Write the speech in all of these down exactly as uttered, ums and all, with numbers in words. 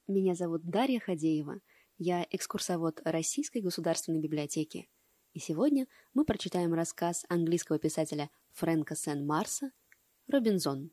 Меня зовут Дарья Хадеева. Я экскурсовод Российской государственной библиотеки. И сегодня мы прочитаем рассказ английского писателя Фрэнка Сен-Марса «Робинзон».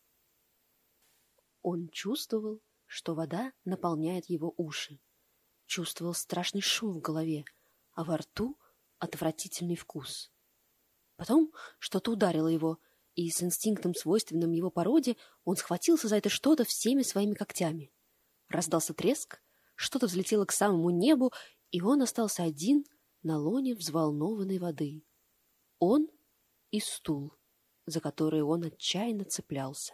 Он чувствовал, что вода наполняет его уши. Чувствовал страшный шум в голове, а во рту отвратительный вкус. Потом что-то ударило его, и с инстинктом, свойственным его породе, он схватился за это что-то всеми своими когтями. Раздался треск, что-то взлетело к самому небу, и он остался один на лоне взволнованной воды. Он и стул, за который он отчаянно цеплялся.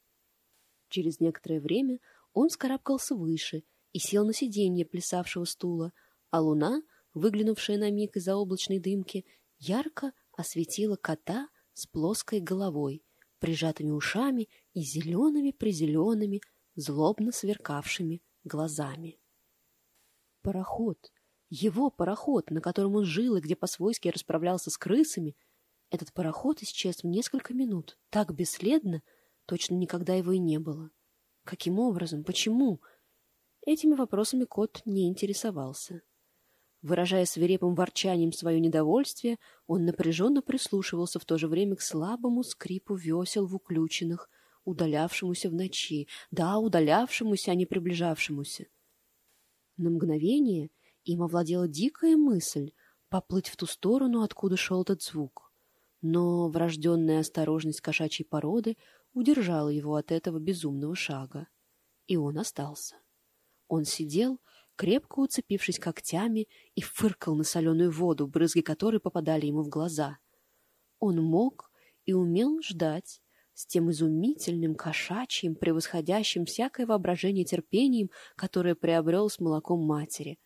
Через некоторое время он вскарабкался выше и сел на сиденье плясавшего стула, а луна, выглянувшая на миг из-за облачной дымки, ярко осветила кота с плоской головой, прижатыми ушами и зелеными-призелеными, злобно сверкавшими глазами. Пароход, его пароход, на котором он жил и где по-свойски расправлялся с крысами, этот пароход исчез в несколько минут, так бесследно, точно никогда его и не было. Каким образом? Почему? Этими вопросами кот не интересовался. Выражая свирепым ворчанием свое недовольствие, он напряженно прислушивался в то же время к слабому скрипу весел в уключенных, удалявшемуся в ночи, да, удалявшемуся, а не приближавшемуся. На мгновение им овладела дикая мысль поплыть в ту сторону, откуда шел этот звук. Но врожденная осторожность кошачьей породы удержала его от этого безумного шага, и он остался. Он сидел, крепко уцепившись когтями, и фыркал на соленую воду, брызги которой попадали ему в глаза. Он мог и умел ждать, с тем изумительным, кошачьим, превосходящим всякое воображение терпением, которое приобрел с молоком матери.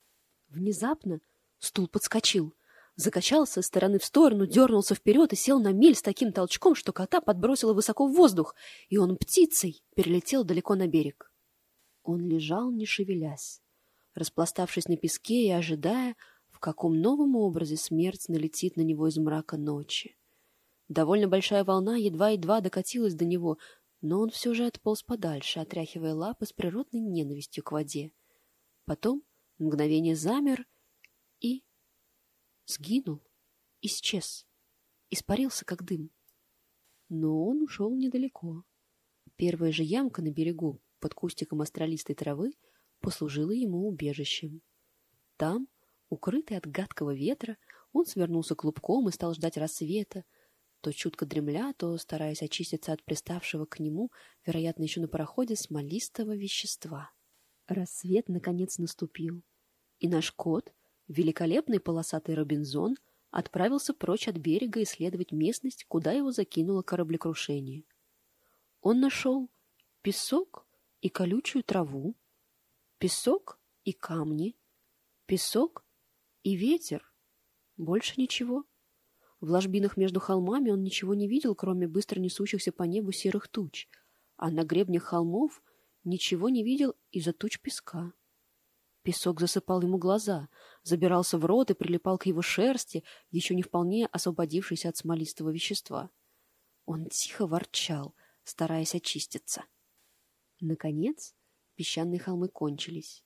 Внезапно стул подскочил, закачался с стороны в сторону, дернулся вперед и сел на мель с таким толчком, что кота подбросило высоко в воздух, и он птицей перелетел далеко на берег. Он лежал, не шевелясь, распластавшись на песке и ожидая, в каком новом образе смерть налетит на него из мрака ночи. Довольно большая волна едва-едва докатилась до него, но он все же отполз подальше, отряхивая лапы с природной ненавистью к воде. Потом мгновение замер и сгинул, исчез, испарился, как дым. Но он ушел недалеко. Первая же ямка на берегу, под кустиком астролистой травы, послужила ему убежищем. Там, укрытый от гадкого ветра, он свернулся клубком и стал ждать рассвета, то чутко дремля, то стараясь очиститься от приставшего к нему, вероятно, еще на пароходе, смолистого вещества. Рассвет, наконец, наступил, и наш кот, великолепный полосатый Робинзон, отправился прочь от берега исследовать местность, куда его закинуло кораблекрушение. Он нашел песок и колючую траву, песок и камни, песок и ветер. Больше ничего. В ложбинах между холмами он ничего не видел, кроме быстро несущихся по небу серых туч, а на гребнях холмов ничего не видел из-за туч песка. Песок засыпал ему глаза, забирался в рот и прилипал к его шерсти, еще не вполне освободившейся от смолистого вещества. Он тихо ворчал, стараясь очиститься. Наконец, песчаные холмы кончились.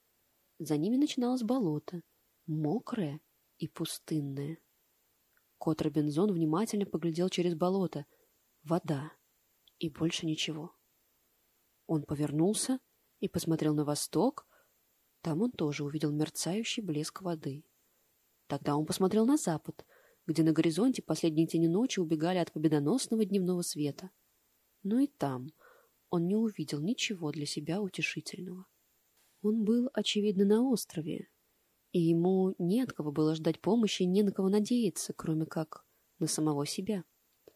За ними начиналось болото, мокрое и пустынное. Кот Робинзон внимательно поглядел через болото. Вода. И больше ничего. Он повернулся и посмотрел на восток. Там он тоже увидел мерцающий блеск воды. Тогда он посмотрел на запад, где на горизонте последние тени ночи убегали от победоносного дневного света. Но и там он не увидел ничего для себя утешительного. Он был, очевидно, на острове, и ему не от кого было ждать помощи, не на кого надеяться, кроме как на самого себя.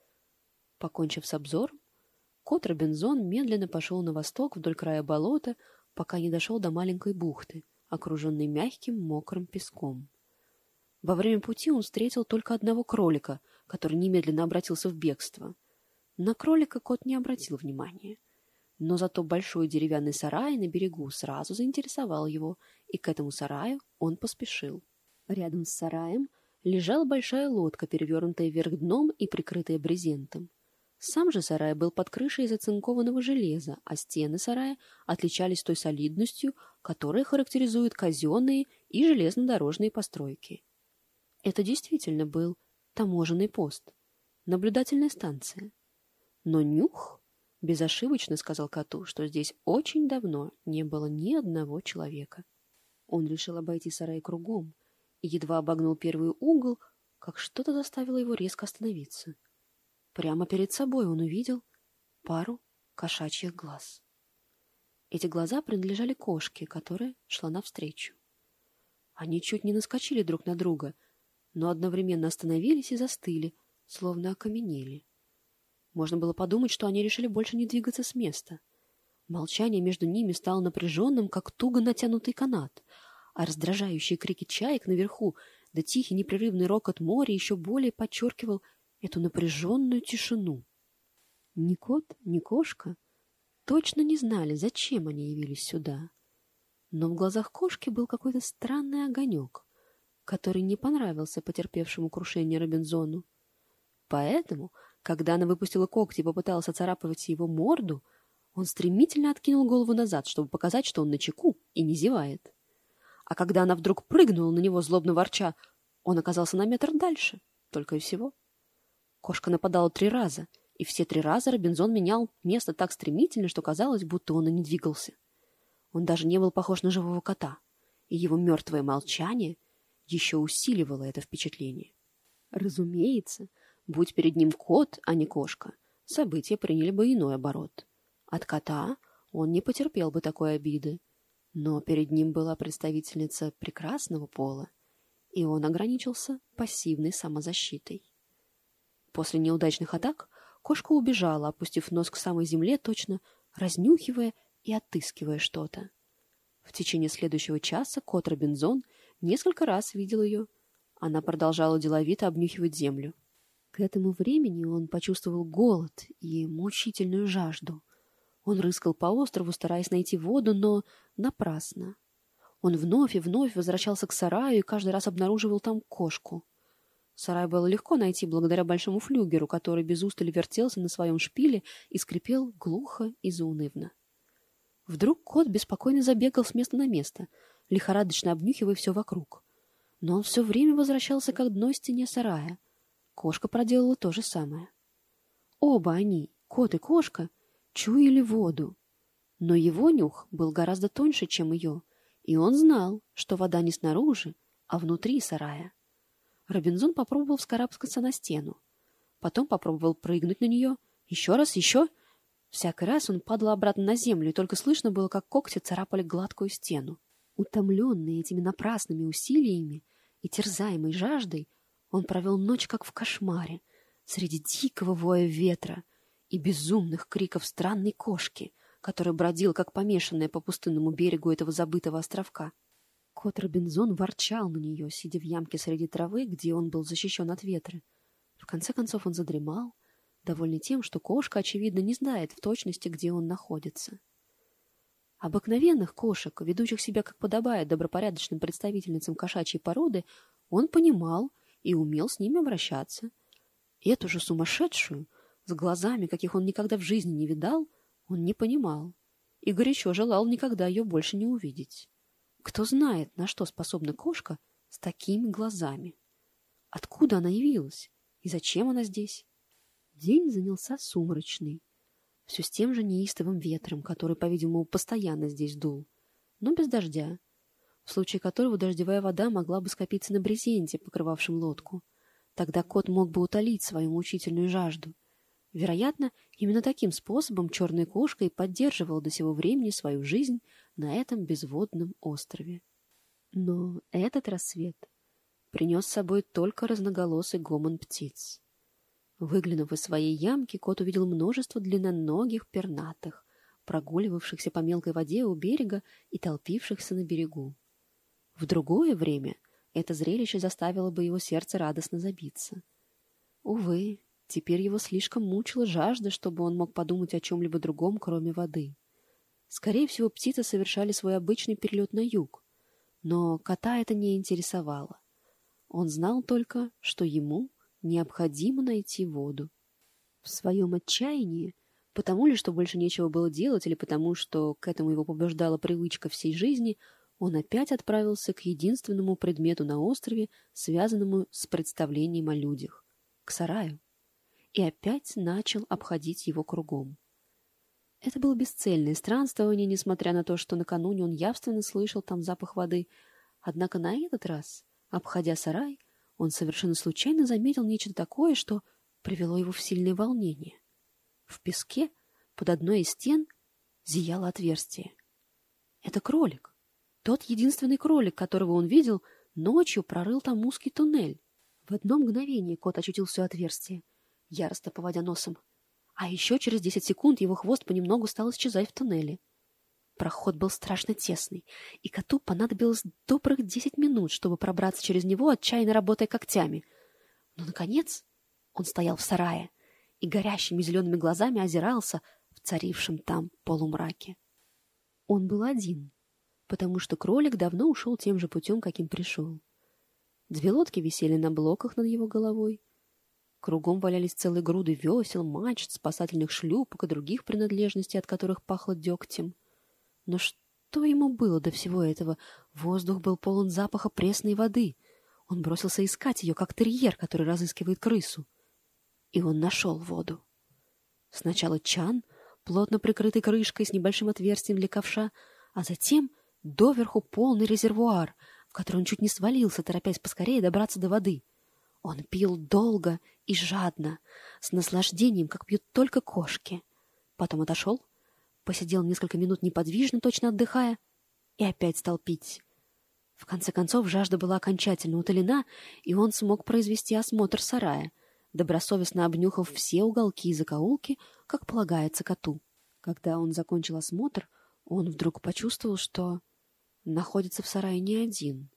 Покончив с обзором, кот Робинзон медленно пошел на восток вдоль края болота, пока не дошел до маленькой бухты, окруженной мягким мокрым песком. Во время пути он встретил только одного кролика, который немедленно обратился в бегство. На кролика кот не обратил внимания. Но зато большой деревянный сарай на берегу сразу заинтересовал его, и к этому сараю он поспешил. Рядом с сараем лежала большая лодка, перевернутая вверх дном и прикрытая брезентом. Сам же сарай был под крышей из оцинкованного железа, а стены сарая отличались той солидностью, которая характеризует казенные и железнодорожные постройки. Это действительно был таможенный пост, наблюдательная станция. Но Нюх безошибочно сказал коту, что здесь очень давно не было ни одного человека. Он решил обойти сарай кругом и едва обогнул первый угол, как что-то заставило его резко остановиться. Прямо перед собой он увидел пару кошачьих глаз. Эти глаза принадлежали кошке, которая шла навстречу. Они чуть не наскочили друг на друга, но одновременно остановились и застыли, словно окаменели. Можно было подумать, что они решили больше не двигаться с места. Молчание между ними стало напряженным, как туго натянутый канат, а раздражающие крики чаек наверху да тихий непрерывный рокот моря еще более подчеркивал эту напряженную тишину. Ни кот, ни кошка точно не знали, зачем они явились сюда. Но в глазах кошки был какой-то странный огонек, который не понравился потерпевшему крушение Робинзону. Поэтому, когда она выпустила когти и попыталась оцарапывать его морду, он стремительно откинул голову назад, чтобы показать, что он начеку и не зевает. А когда она вдруг прыгнула на него, злобно ворча, он оказался на метр дальше, только и всего. Кошка нападала три раза, и все три раза Робинзон менял место так стремительно, что казалось, будто он и не двигался. Он даже не был похож на живого кота, и его мертвое молчание еще усиливало это впечатление. Разумеется, будь перед ним кот, а не кошка, события приняли бы иной оборот. От кота он не потерпел бы такой обиды, но перед ним была представительница прекрасного пола, и он ограничился пассивной самозащитой. После неудачных атак кошка убежала, опустив нос к самой земле, точно разнюхивая и отыскивая что-то. В течение следующего часа кот Робинзон несколько раз видел ее. Она продолжала деловито обнюхивать землю. К этому времени он почувствовал голод и мучительную жажду. Он рыскал по острову, стараясь найти воду, но напрасно. Он вновь и вновь возвращался к сараю и каждый раз обнаруживал там кошку. Сарай было легко найти благодаря большому флюгеру, который без устали вертелся на своем шпиле и скрипел глухо и заунывно. Вдруг кот беспокойно забегал с места на место, лихорадочно обнюхивая все вокруг. Но он все время возвращался к одной стене сарая. Кошка проделала то же самое. Оба они, кот и кошка, чуяли воду. Но его нюх был гораздо тоньше, чем ее, и он знал, что вода не снаружи, а внутри сарая. Робинзон попробовал вскарабкаться на стену. Потом попробовал прыгнуть на нее. Еще раз, еще. Всякий раз он падал обратно на землю, и только слышно было, как когти царапали гладкую стену. Утомленный этими напрасными усилиями и терзаемой жаждой, он провел ночь как в кошмаре, среди дикого воя ветра и безумных криков странной кошки, которая бродила, как помешанная по пустынному берегу этого забытого островка. Кот Робинзон ворчал на нее, сидя в ямке среди травы, где он был защищен от ветра. В конце концов он задремал, довольный тем, что кошка, очевидно, не знает в точности, где он находится. Обыкновенных кошек, ведущих себя как подобает добропорядочным представительницам кошачьей породы, он понимал и умел с ними обращаться. Эту же сумасшедшую, с глазами, каких он никогда в жизни не видал, он не понимал и горячо желал никогда ее больше не увидеть. Кто знает, на что способна кошка с такими глазами? Откуда она явилась? И зачем она здесь? День занялся сумрачный, все с тем же неистовым ветром, который, по-видимому, постоянно здесь дул, но без дождя, в случае которого дождевая вода могла бы скопиться на брезенте, покрывавшем лодку. Тогда кот мог бы утолить свою мучительную жажду. Вероятно, именно таким способом черная кошка и поддерживала до сего времени свою жизнь на этом безводном острове. Но этот рассвет принес с собой только разноголосый гомон птиц. Выглянув из своей ямки, кот увидел множество длинноногих пернатых, прогуливавшихся по мелкой воде у берега и толпившихся на берегу. В другое время это зрелище заставило бы его сердце радостно забиться. Увы, теперь его слишком мучила жажда, чтобы он мог подумать о чем-либо другом, кроме воды. Скорее всего, птицы совершали свой обычный перелет на юг, но кота это не интересовало. Он знал только, что ему необходимо найти воду. В своем отчаянии, потому ли, что больше нечего было делать, или потому, что к этому его побуждала привычка всей жизни, он опять отправился к единственному предмету на острове, связанному с представлением о людях — к сараю, и опять начал обходить его кругом. Это было бесцельное странствование, несмотря на то, что накануне он явственно слышал там запах воды. Однако на этот раз, обходя сарай, он совершенно случайно заметил нечто такое, что привело его в сильное волнение. В песке под одной из стен зияло отверстие. Это кролик. Тот единственный кролик, которого он видел, ночью прорыл там узкий туннель. В одно мгновение кот очутился у отверстия, яростно поводя носом. А еще через десять секунд его хвост понемногу стал исчезать в туннеле. Проход был страшно тесный, и коту понадобилось добрых десять минут, чтобы пробраться через него, отчаянно работая когтями. Но, наконец, он стоял в сарае и горящими зелеными глазами озирался в царившем там полумраке. Он был один, потому что кролик давно ушел тем же путем, каким пришел. Две лодки висели на блоках над его головой. Кругом валялись целые груды весел, мачт, спасательных шлюпок и других принадлежностей, от которых пахло дегтем. Но что ему было до всего этого? Воздух был полон запаха пресной воды. Он бросился искать ее, как терьер, который разыскивает крысу. И он нашел воду. Сначала чан, плотно прикрытый крышкой с небольшим отверстием для ковша, а затем доверху полный резервуар, в который он чуть не свалился, торопясь поскорее добраться до воды. Он пил долго и жадно, с наслаждением, как пьют только кошки. Потом отошел, посидел несколько минут неподвижно, точно отдыхая, и опять стал пить. В конце концов, жажда была окончательно утолена, и он смог произвести осмотр сарая, добросовестно обнюхав все уголки и закоулки, как полагается коту. Когда он закончил осмотр, он вдруг почувствовал, что находится в сарае не один.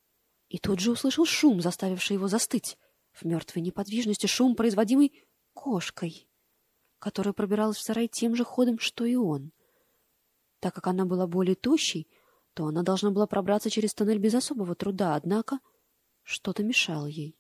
И тут же услышал шум, заставивший его застыть. В мертвой неподвижности шум, производимый кошкой, которая пробиралась в сарай тем же ходом, что и он. Так как она была более тощей, то она должна была пробраться через тоннель без особого труда, однако что-то мешало ей.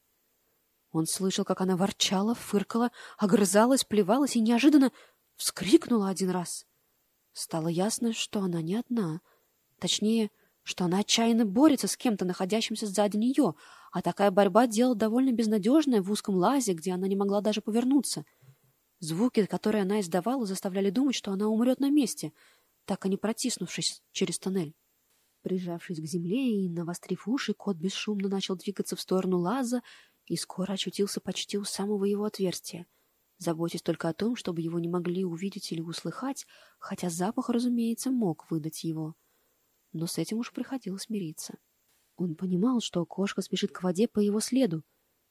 Он слышал, как она ворчала, фыркала, огрызалась, плевалась и неожиданно вскрикнула один раз. Стало ясно, что она не одна. Точнее, что она отчаянно борется с кем-то, находящимся сзади нее, а такая борьба — дело довольно безнадежное в узком лазе, где она не могла даже повернуться. Звуки, которые она издавала, заставляли думать, что она умрет на месте, так и не протиснувшись через тоннель. Прижавшись к земле и навострив уши, кот бесшумно начал двигаться в сторону лаза и скоро очутился почти у самого его отверстия, заботясь только о том, чтобы его не могли увидеть или услыхать, хотя запах, разумеется, мог выдать его. Но с этим уж приходилось мириться. Он понимал, что кошка спешит к воде по его следу.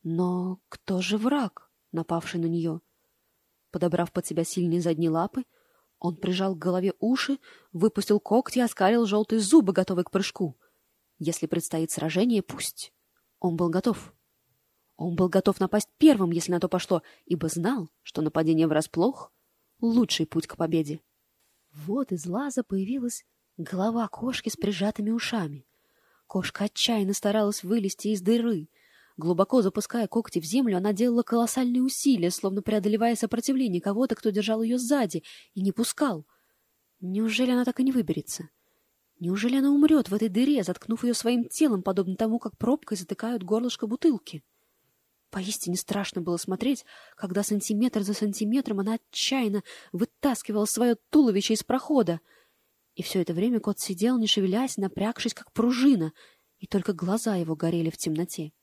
Но кто же враг, напавший на нее? Подобрав под себя сильные задние лапы, он прижал к голове уши, выпустил когти и оскалил желтые зубы, готовые к прыжку. Если предстоит сражение, пусть. Он был готов. Он был готов напасть первым, если на то пошло, ибо знал, что нападение врасплох — лучший путь к победе. Вот из лаза появилась голова кошки с прижатыми ушами. Кошка отчаянно старалась вылезти из дыры. Глубоко запуская когти в землю, она делала колоссальные усилия, словно преодолевая сопротивление кого-то, кто держал ее сзади и не пускал. Неужели она так и не выберется? Неужели она умрет в этой дыре, заткнув ее своим телом, подобно тому, как пробкой затыкают горлышко бутылки? Поистине страшно было смотреть, когда сантиметр за сантиметром она отчаянно вытаскивала свое туловище из прохода. И все это время кот сидел, не шевелясь, напрягшись, как пружина, и только глаза его горели в темноте.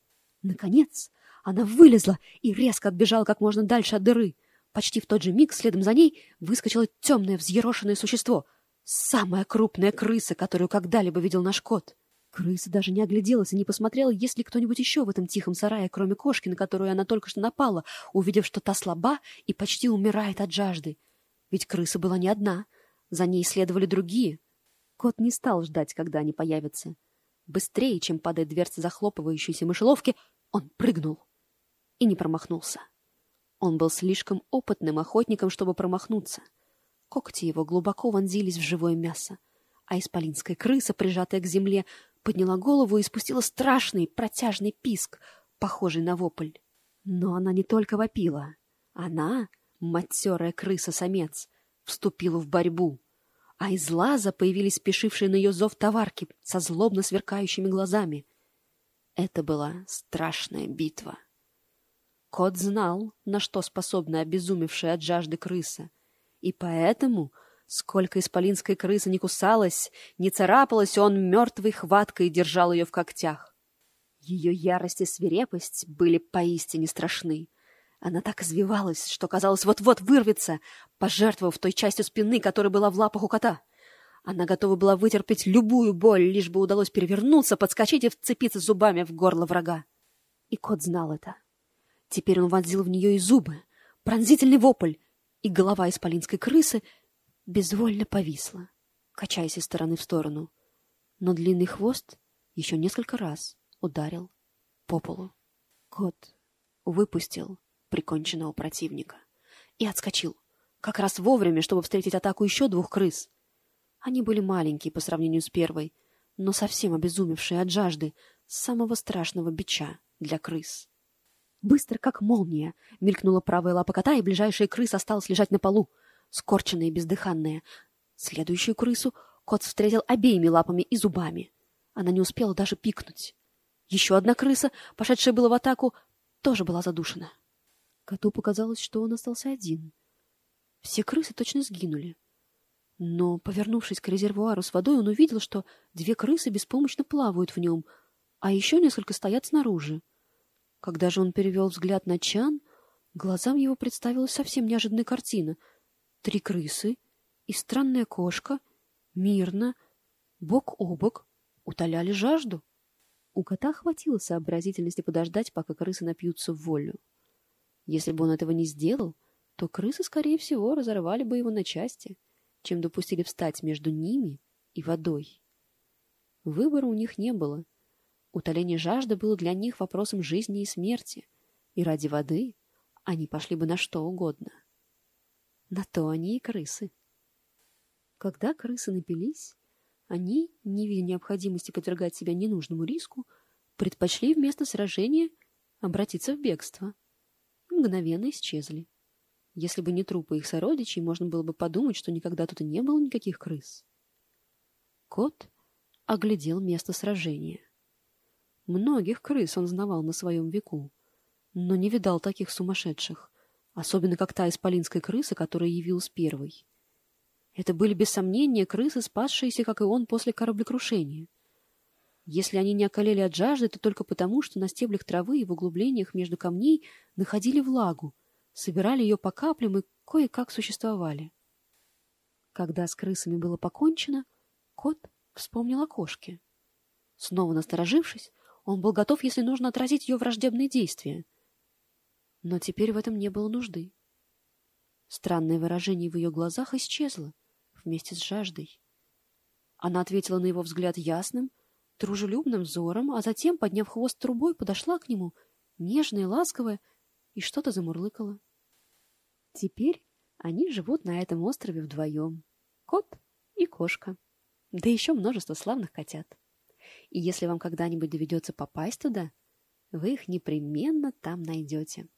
Наконец она вылезла и резко отбежала как можно дальше от дыры. Почти в тот же миг следом за ней выскочило темное взъерошенное существо, самая крупная крыса, которую когда-либо видел наш кот. Крыса даже не огляделась и не посмотрела, есть ли кто-нибудь еще в этом тихом сарае, кроме кошки, на которую она только что напала, увидев, что та слаба и почти умирает от жажды. Ведь крыса была не одна, за ней следовали другие. Кот не стал ждать, когда они появятся. Быстрее, чем падает дверца захлопывающейся мышеловки, он прыгнул и не промахнулся. Он был слишком опытным охотником, чтобы промахнуться. Когти его глубоко вонзились в живое мясо, а исполинская крыса, прижатая к земле, подняла голову и спустила страшный протяжный писк, похожий на вопль. Но она не только вопила. Она, матерая крыса-самец, вступила в борьбу, а из лаза появились спешившие на ее зов товарки со злобно сверкающими глазами. Это была страшная битва. Кот знал, на что способна обезумевшая от жажды крыса, и поэтому, сколько исполинской крысы не кусалась, не царапалась, он мертвой хваткой держал ее в когтях. Ее ярость и свирепость были поистине страшны. Она так извивалась, что, казалось, вот-вот вырвется, пожертвовав той частью спины, которая была в лапах у кота. Она готова была вытерпеть любую боль, лишь бы удалось перевернуться, подскочить и вцепиться зубами в горло врага. И кот знал это. Теперь он вонзил в нее и зубы, пронзительный вопль, и голова исполинской крысы безвольно повисла, качаясь из стороны в сторону. Но длинный хвост еще несколько раз ударил по полу. Кот выпустил приконченного противника и отскочил, как раз вовремя, чтобы встретить атаку еще двух крыс. Они были маленькие по сравнению с первой, но совсем обезумевшие от жажды самого страшного бича для крыс. Быстро, как молния, мелькнула правая лапа кота, и ближайшая крыса осталась лежать на полу, скорченная и бездыханная. Следующую крысу кот встретил обеими лапами и зубами. Она не успела даже пикнуть. Еще одна крыса, пошедшая была в атаку, тоже была задушена. Коту показалось, что он остался один. Все крысы точно сгинули. Но, повернувшись к резервуару с водой, он увидел, что две крысы беспомощно плавают в нем, а еще несколько стоят снаружи. Когда же он перевел взгляд на Чан, глазам его представилась совсем неожиданная картина. Три крысы и странная кошка мирно, бок о бок, утоляли жажду. У кота хватило сообразительности подождать, пока крысы напьются в волю. Если бы он этого не сделал, то крысы, скорее всего, разорвали бы его на части, чем допустили встать между ними и водой. Выбора у них не было. Утоление жажды было для них вопросом жизни и смерти, и ради воды они пошли бы на что угодно. На то они и крысы. Когда крысы напились, они, не видя необходимости подвергать себя ненужному риску, предпочли вместо сражения обратиться в бегство. И мгновенно исчезли. Если бы не трупы их сородичей, можно было бы подумать, что никогда тут и не было никаких крыс. Кот оглядел место сражения. Многих крыс он знавал на своем веку, но не видал таких сумасшедших, особенно как та исполинская крыса, которая явилась первой. Это были, без сомнения, крысы, спасшиеся, как и он, после кораблекрушения. Если они не околели от жажды, то только потому, что на стеблях травы и в углублениях между камней находили влагу, собирали ее по каплям и кое-как существовали. Когда с крысами было покончено, кот вспомнил о кошке. Снова насторожившись, он был готов, если нужно, отразить ее враждебные действия. Но теперь в этом не было нужды. Странное выражение в ее глазах исчезло вместе с жаждой. Она ответила на его взгляд ясным, дружелюбным взором, а затем, подняв хвост трубой, подошла к нему, нежная, ласковая, и что-то замурлыкала. Теперь они живут на этом острове вдвоем. Кот и кошка. Да еще множество славных котят. И если вам когда-нибудь доведется попасть туда, вы их непременно там найдете.